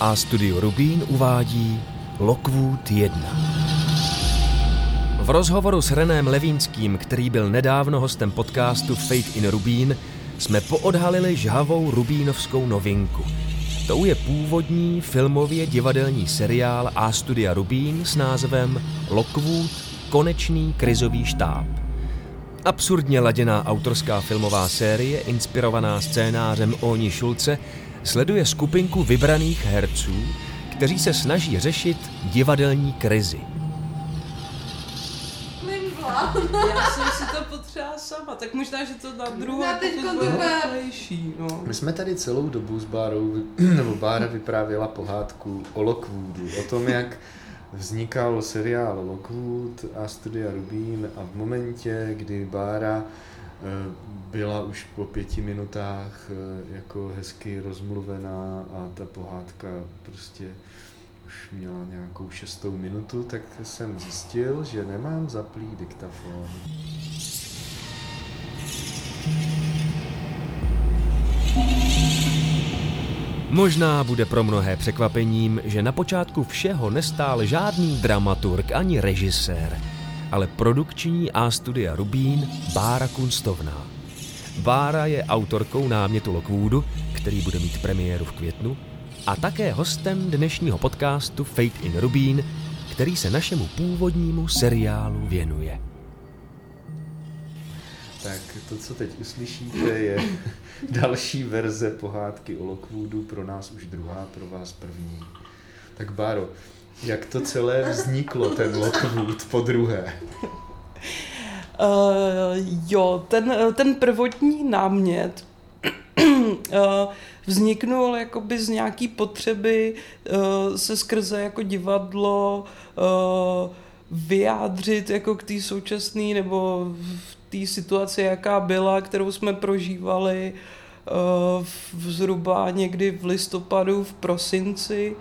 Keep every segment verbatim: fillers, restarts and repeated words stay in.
A Studio Rubín uvádí Lockwood jedna. V rozhovoru s Renem Levínským, který byl nedávno hostem podcastu Fate in Rubín, jsme poodhalili žhavou rubínovskou novinku. Tou je původní filmově divadelní seriál A Studia Rubín s názvem Lockwood – konečný krizový štáb. Absurdně laděná autorská filmová série, inspirovaná scénářem Óni Šulce, sleduje skupinku vybraných herců, kteří se snaží řešit divadelní krizi. Já jsem si to potřeba sama, tak možná, že to na druhou bude rychlejší, no. My jsme tady celou dobu s Bárou, nebo Bára vyprávěla pohádku o Lockwoodu, o tom, jak vznikal seriál Lockwood a Studia Rubín a v momentě, kdy Bára byla už po pěti minutách jako hezky rozmluvená a ta pohádka prostě už měla nějakou šestou minutu, tak jsem zjistil, že nemám zaplý diktafon. Možná bude pro mnohé překvapením, že na počátku všeho nestál žádný dramaturg ani režisér, ale produkční A Studia Rubín Bára Kunstovná. Bára je autorkou námětu Lockwoodu, který bude mít premiéru v květnu, a také hostem dnešního podcastu Fate in Rubín, který se našemu původnímu seriálu věnuje. Tak to, co teď uslyšíte, je další verze pohádky o Lockwoodu, pro nás už druhá, pro vás první. Tak Báro, jak to celé vzniklo, ten Lockwood po druhé? Uh, jo, ten, ten prvotní námět uh, vzniknul jakoby z nějaký potřeby uh, se skrze jako divadlo uh, vyjádřit jako k té současné nebo v té situaci, jaká byla, kterou jsme prožívali uh, v, zhruba někdy v listopadu, v prosinci.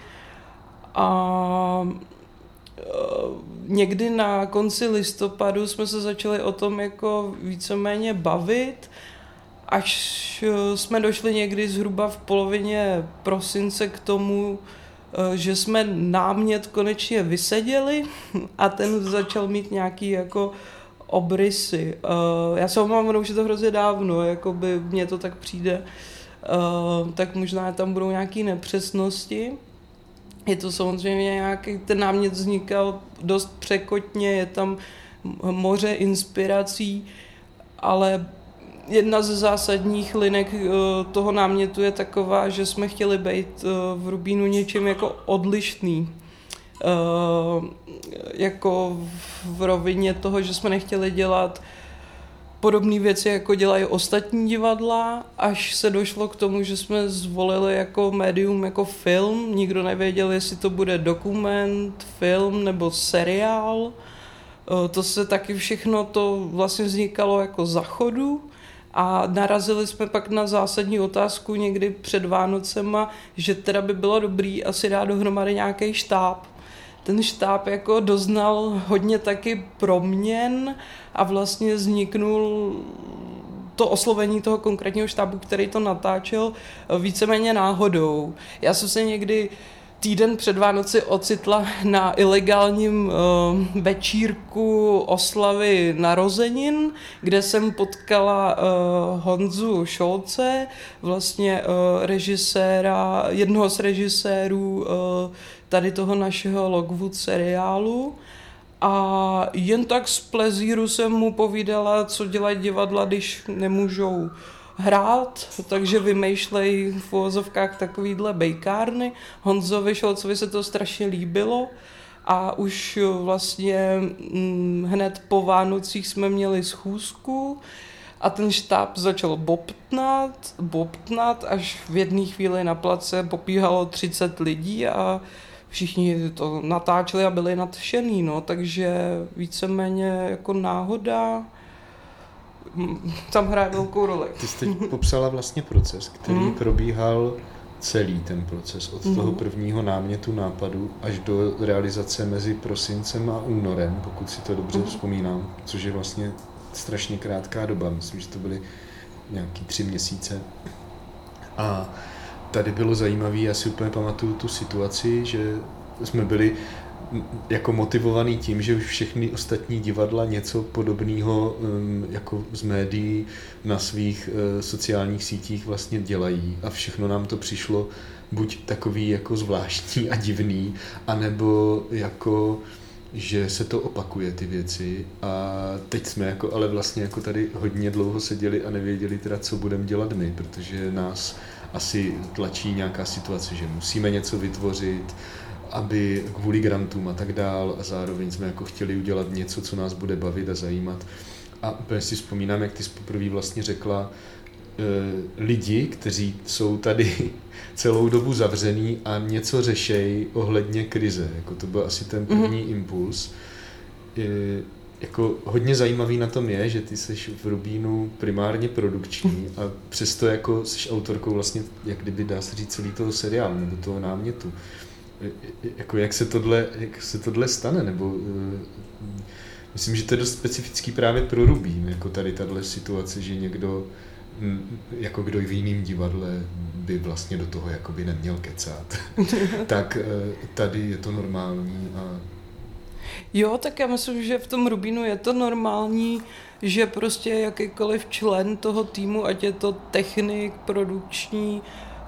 A někdy na konci listopadu jsme se začali o tom jako víceméně bavit, až jsme došli někdy zhruba v polovině prosince k tomu, že jsme námět konečně vyseděli a ten začal mít nějaký jako obrysy. Já se omlouvám, že to hrozně dávno, jakoby mně to tak přijde, tak možná tam budou nějaké nepřesnosti. Je to samozřejmě nějaký, ten námět vznikal dost překotně, je tam moře inspirací, ale jedna ze zásadních linek toho námětu je taková, že jsme chtěli být v Rubínu něčím jako odlišný. Jako v rovině toho, že jsme nechtěli dělat podobné věci, jako dělají ostatní divadla, až se došlo k tomu, že jsme zvolili jako médium, jako film. Nikdo nevěděl, jestli to bude dokument, film nebo seriál. To se taky všechno, to vlastně vznikalo jako za chodu a narazili jsme pak na zásadní otázku někdy před Vánocema, že teda by bylo dobrý asi dát dohromady nějaký štáb. Ten štáb jako doznal hodně taky proměn a vlastně vzniknul to oslovení toho konkrétního štábu, který to natáčel, víceméně náhodou. Já jsem se někdy týden před Vánoci ocitla na ilegálním uh, večírku oslavy narozenin, kde jsem potkala uh, Honzu Šolce, vlastně uh, režiséra, jednoho z režisérů uh, tady toho našeho Lockwood seriálu. A jen tak z plezíru jsem mu povídala, co dělají divadla, když nemůžou hrát, takže vymýšlej v uvozovkách takovýhle bejkárny. Honzovi Šolcovi se to strašně líbilo a už vlastně hm, hned po Vánocích jsme měli schůzku a ten štáb začal bobtnat, bobtnat, až v jedné chvíli na place popíhalo třicet lidí a všichni to natáčeli a byli nadšený, no, takže víceméně jako náhoda tam hraje velkou roli. Ty jsi teď popsala vlastně proces, který mm. probíhal celý ten proces, od mm. toho prvního námětu nápadu až do realizace mezi prosincem a únorem, pokud si to dobře mm. vzpomínám, což je vlastně strašně krátká doba, myslím, že to byly nějaký tři měsíce. A tady bylo zajímavé, já si úplně pamatuju tu situaci, že jsme byli jako motivovaný tím, že už všechny ostatní divadla něco podobného jako z médií na svých sociálních sítích vlastně dělají a všechno nám to přišlo buď takový jako zvláštní a divný, anebo jako že se to opakuje ty věci a teď jsme jako, ale vlastně jako tady hodně dlouho seděli a nevěděli teda, co budeme dělat my, protože nás asi tlačí nějaká situace, že musíme něco vytvořit, aby kvůli grantům a tak dál a zároveň jsme jako chtěli udělat něco, co nás bude bavit a zajímat. A úplně si vzpomínám, jak ty jsi poprvé vlastně řekla, e, lidi, kteří jsou tady celou dobu zavřený a něco řešejí ohledně krize. Jako to byl asi ten první mm-hmm. impuls. E, jako hodně zajímavý na tom je, že ty jsi v Rubínu primárně produkční a přesto jako jsi autorkou vlastně, jak kdyby dá se říct, celý toho seriálu nebo toho námětu. Jako jak se tohle, jak se tohle stane, nebo uh, myslím, že to je dost specifický právě pro Rubín, jako tady tahle situace, že někdo, jako kdo i v jiném divadle by vlastně do toho jakoby neměl kecat, tak uh, tady je to normální. A... Jo, tak já myslím, že v tom Rubínu je to normální, že prostě jakýkoliv člen toho týmu, ať je to technik, produkční,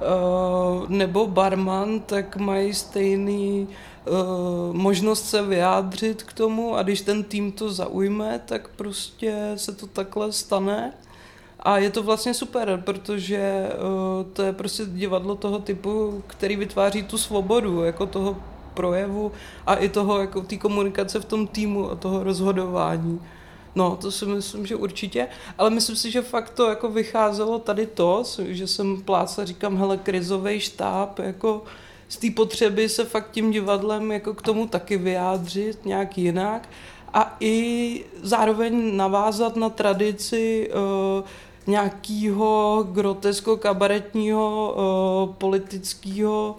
Uh, nebo barman, tak mají stejný uh, možnost se vyjádřit k tomu a když ten tým to zaujme, tak prostě se to takhle stane a je to vlastně super, protože uh, to je prostě divadlo toho typu, který vytváří tu svobodu, jako toho projevu a i toho, jako té komunikace v tom týmu a toho rozhodování. No, to si myslím, že určitě, ale myslím si, že fakt to jako vycházelo tady to, že jsem plácla, říkám, hele, krizový štáb, jako z té potřeby se fakt tím divadlem jako k tomu taky vyjádřit nějak jinak a i zároveň navázat na tradici uh, nějakého grotesko-kabaretního uh, politického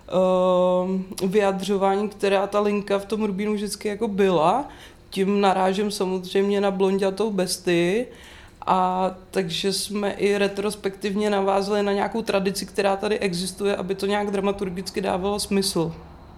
uh, vyjadřování, která ta linka v tom Rubínu vždycky jako byla. Tím narážím samozřejmě na Blonďatou bestii a takže jsme i retrospektivně navázali na nějakou tradici, která tady existuje, aby to nějak dramaturgicky dávalo smysl.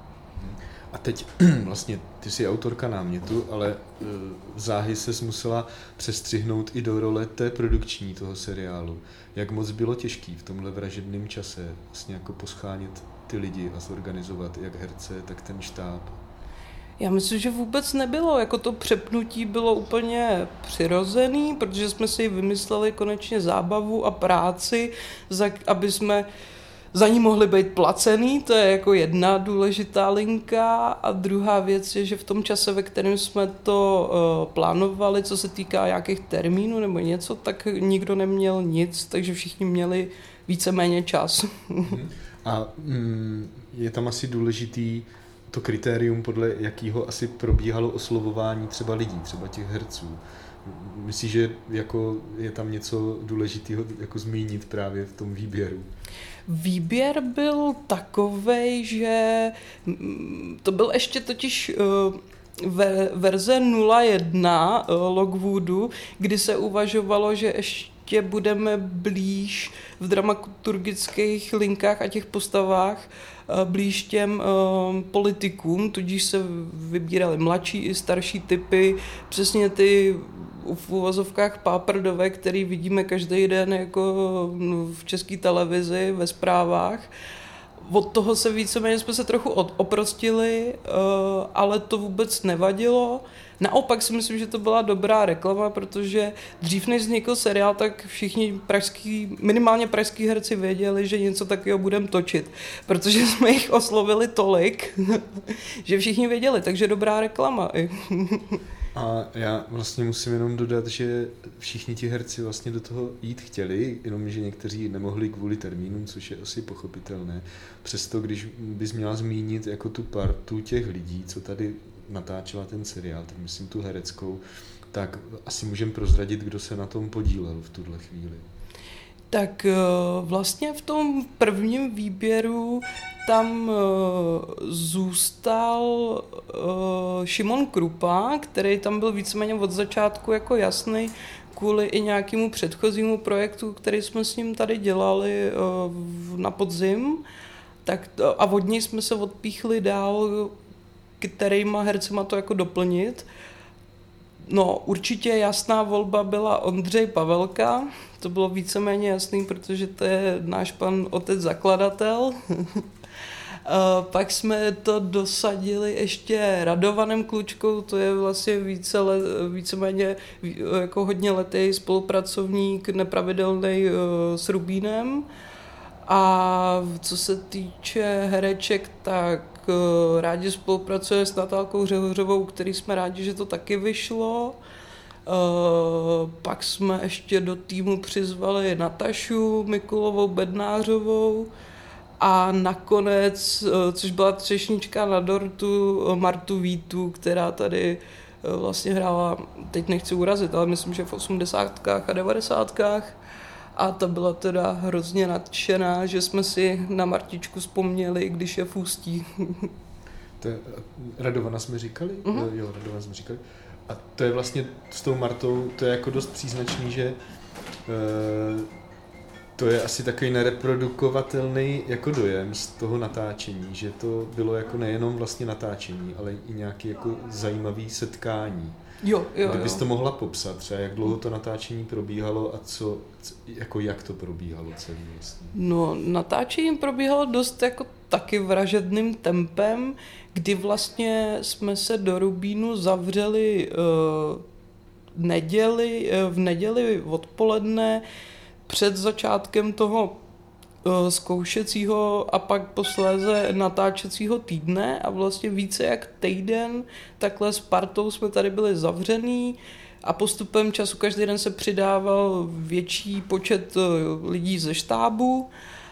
A teď vlastně ty jsi autorka námětu, ale záhy ses musela přestřihnout i do role té produkční toho seriálu. Jak moc bylo těžký v tomhle vražedném čase vlastně jako poschánět ty lidi a zorganizovat jak herce, tak ten štáb? Já myslím, že vůbec nebylo. Jako to přepnutí bylo úplně přirozený, protože jsme si vymysleli konečně zábavu a práci, za, aby jsme za ní mohli být placený. To je jako jedna důležitá linka. A druhá věc je, že v tom čase, ve kterém jsme to uh, plánovali, co se týká nějakých termínů nebo něco, tak nikdo neměl nic, takže všichni měli víceméně čas. A mm, je tam asi důležitý to kritérium, podle jakého asi probíhalo oslovování třeba lidí, třeba těch herců. Myslíš, že jako je tam něco důležitého jako zmínit právě v tom výběru? Výběr byl takovej, že to byl ještě totiž ve verze nula jedna Logwoodu, kdy se uvažovalo, že ještě budeme blíž v dramaturgických linkách a těch postavách blíž těm uh, politikům, tudíž se vybírali mladší i starší typy, přesně ty v uvozovkách páprdové, který vidíme každý den jako v české televizi, ve zprávách. Od toho se víceméně jsme se trochu oprostili, uh, ale to vůbec nevadilo. Naopak si myslím, že to byla dobrá reklama, protože dřív než vznikl seriál, tak všichni pražský, minimálně pražský herci věděli, že něco takového budeme točit, protože jsme jich oslovili tolik, že všichni věděli, takže dobrá reklama. A já vlastně musím jenom dodat, že všichni ti herci vlastně do toho jít chtěli, jenomže někteří nemohli kvůli termínům, což je asi pochopitelné. Přesto, když bys měla zmínit jako tu partu těch lidí, co tady natáčela ten seriál, tak myslím tu hereckou, tak asi můžeme prozradit, kdo se na tom podílel v tuhle chvíli. Tak vlastně v tom prvním výběru tam zůstal Šimon Krupa, který tam byl víceméně od začátku jako jasný kvůli i nějakému předchozímu projektu, který jsme s ním tady dělali na podzim. Tak, a od něj jsme se odpíchli dál, kterýma hercema to jako doplnit. No, určitě jasná volba byla Ondřej Pavelka, to bylo víceméně jasný, protože to je náš pan otec zakladatel. Pak jsme to dosadili ještě Radovanem Klučkou, to je vlastně více let, víceméně jako hodně letý spolupracovník, nepravidelný s Rubínem. A co se týče hereček, tak rádi spolupracuje s Natálkou Řehořovou, který jsme rádi, že to taky vyšlo. Pak jsme ještě do týmu přizvali Natašu Mikulovou Bednářovou a nakonec, což byla třešnička na dortu, Martu Vítu, která tady vlastně hrála, teď nechci urazit, ale myslím, že v osmdesátkách a devadesátkách. A ta byla teda hrozně nadšená, že jsme si na Martičku vzpomněli, když je v Ústí. To je, Radovana jsme říkali? Uh-huh. Jo, Radovana jsme říkali. A to je vlastně s tou Martou, to je jako dost příznačný, že uh, to je asi takový nereprodukovatelný jako dojem z toho natáčení, že to bylo jako nejenom vlastně natáčení, ale i nějaké jako zajímavé setkání. Jo, jo, Kdybys jo. to mohla popsat, třeba jak dlouho to natáčení probíhalo a co, jako jak to probíhalo celý vlastně? No, natáčení probíhalo dost jako taky vražedným tempem, kdy vlastně jsme se do Rubínu zavřeli uh, neděli, uh, v neděli odpoledne před začátkem toho uh, zkoušecího a pak posléze natáčecího týdne a vlastně více jak týden takhle s partou jsme tady byli zavřený a postupem času každý den se přidával větší počet uh, lidí ze štábu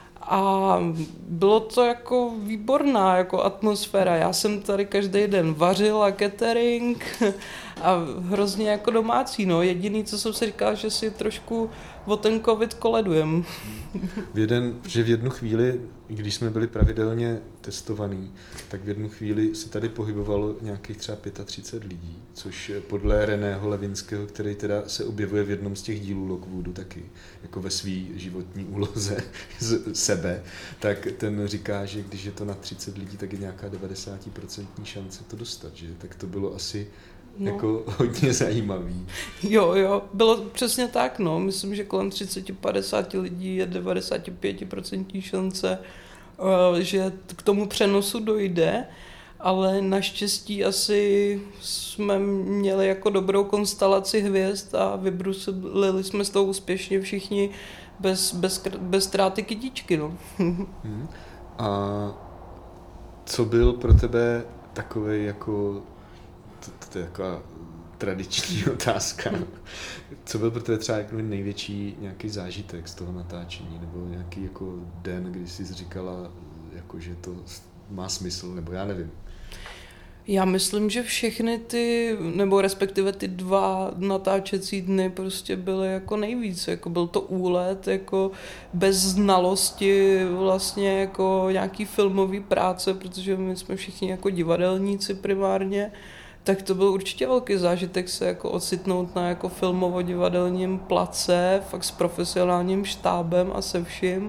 a bylo to jako výborná jako atmosféra. Já jsem tady každý den vařila catering a hrozně jako domácí. No. Jediný, co jsem si říkal, že si trošku o ten covid koledujem. V jeden, že v jednu chvíli, když jsme byli pravidelně testovaní, tak v jednu chvíli se tady pohybovalo nějakých třeba třicet pět lidí, což podle Reného Levinského, který teda se objevuje v jednom z těch dílů Lockwoodu taky, jako ve svý životní úloze z sebe, tak ten říká, že když je to na třicet lidí, tak je nějaká devadesát procent šance to dostat, že? Tak to bylo asi no. jako hodně zajímavý. Jo, jo, bylo přesně tak, no. Myslím, že kolem třicet až padesát lidí je devadesát pět procent šance, že k tomu přenosu dojde, ale naštěstí asi jsme měli jako dobrou konstelaci hvězd a vybruslili jsme s tou úspěšně všichni bez, bez, bez ztráty kytičky, no. Hmm. A co byl pro tebe takovej jako To, to je taková tradiční otázka. Co byl pro tebe třeba jako největší nějaký zážitek z toho natáčení, nebo nějaký jako den, kdy jsi říkala, jako, že to má smysl, nebo já nevím. Já myslím, že všechny ty, nebo respektive ty dva natáčecí dny prostě byly jako nejvíc. Jako byl to úlet, jako bez znalosti vlastně jako nějaký filmový práce, protože my jsme všichni jako divadelníci primárně. Tak to byl určitě velký zážitek se jako ocitnout na jako filmovo-divadelním place, fakt s profesionálním štábem a se vším.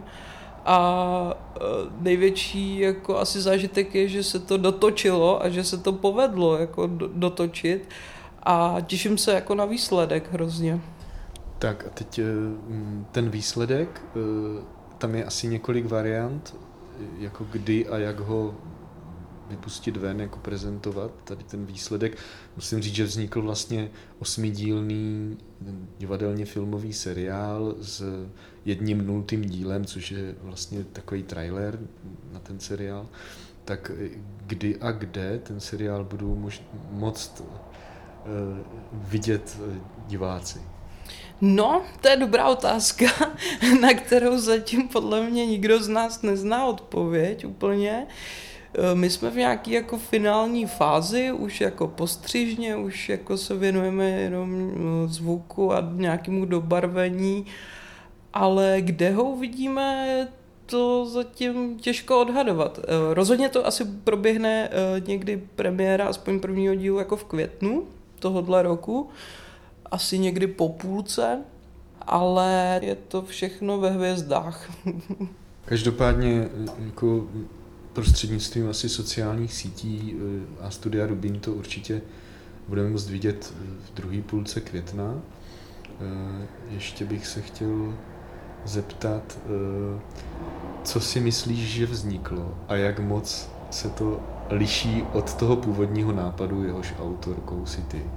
A největší jako asi zážitek je, že se to dotočilo a že se to povedlo jako dotočit a těším se jako na výsledek hrozně. Tak a teď ten výsledek, tam je asi několik variant, jako kdy a jak ho vypustit ven, jako prezentovat tady ten výsledek. Musím říct, že vznikl vlastně osmidílný divadelně filmový seriál s jedním nultým dílem, což je vlastně takový trailer na ten seriál. Tak kdy a kde ten seriál budou mož, moct uh, vidět diváci? No, to je dobrá otázka, na kterou zatím podle mě nikdo z nás nezná odpověď úplně. My jsme v nějaké jako finální fázi, už jako postřižně, už jako se věnujeme jenom zvuku a nějakému dobarvení ale kde ho uvidíme, to zatím těžko odhadovat. Rozhodně to asi proběhne někdy premiéra aspoň prvního dílu jako v květnu tohohle roku, asi někdy po půlce, ale je to všechno ve hvězdách. Každopádně jako prostřednictvím asi sociálních sítí a Studia Rubín to určitě budeme moct vidět v druhé půlce května. Ještě bych se chtěl zeptat, co si myslíš, že vzniklo a jak moc se to liší od toho původního nápadu, jehož autorkou si ty?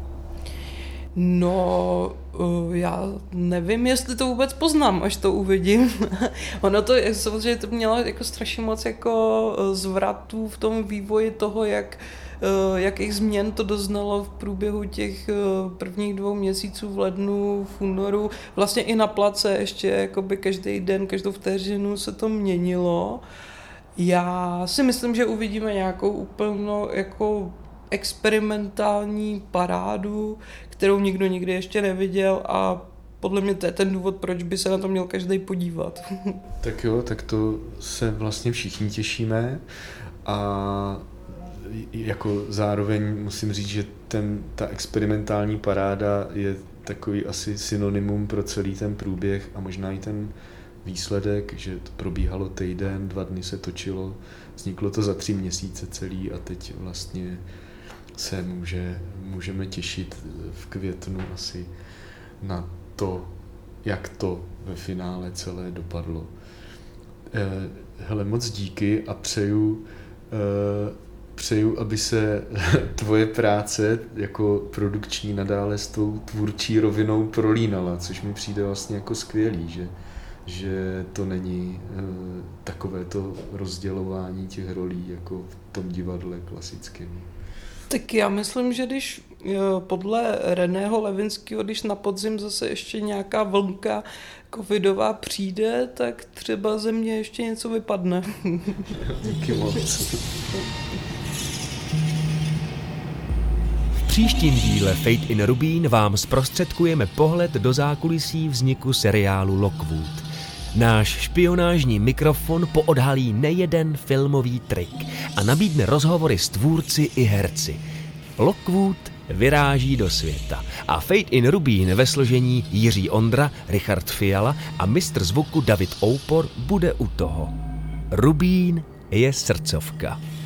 No, já nevím, jestli to vůbec poznám, až to uvidím. Ono to, samozřejmě to mělo jako strašně moc jako zvratů v tom vývoji toho, jak, jakých změn to doznalo v průběhu těch prvních dvou měsíců v lednu, v únoru. Vlastně i na place ještě jakoby každý den, každou vteřinu se to měnilo. Já si myslím, že uvidíme nějakou úplnou jako experimentální parádu, kterou nikdo nikdy ještě neviděl a podle mě to je ten důvod, proč by se na to měl každý podívat. Tak jo, tak to se vlastně všichni těšíme a jako zároveň musím říct, že ten, ta experimentální paráda je takový asi synonymum pro celý ten průběh a možná i ten výsledek, že to probíhalo týden, dva dny se točilo, vzniklo to za tři měsíce celý a teď vlastně se může, můžeme těšit v květnu asi na to, jak to ve finále celé dopadlo. Eh, hele, moc díky a přeju, eh, přeju, aby se tvoje práce jako produkční nadále s tou tvůrčí rovinou prolínala, což mi přijde vlastně jako skvělý, že že to není e, takové to rozdělování těch rolí jako v tom divadle klasickém. Tak já myslím, že když jo, podle Reného Levinského, když na podzim zase ještě nějaká vlnka covidová přijde, tak třeba ze mě ještě něco vypadne. Díky moc. V příštím díle Fate in Rubín vám zprostředkujeme pohled do zákulisí vzniku seriálu Lockwood. Náš špionážní mikrofon poodhalí nejeden filmový trik a nabídne rozhovory s tvůrci i herci. Lockwood vyráží do světa a Fate in Rubín ve složení Jiří Ondra, Richard Fiala a mistr zvuku David Oupor bude u toho. Rubín je srdcovka.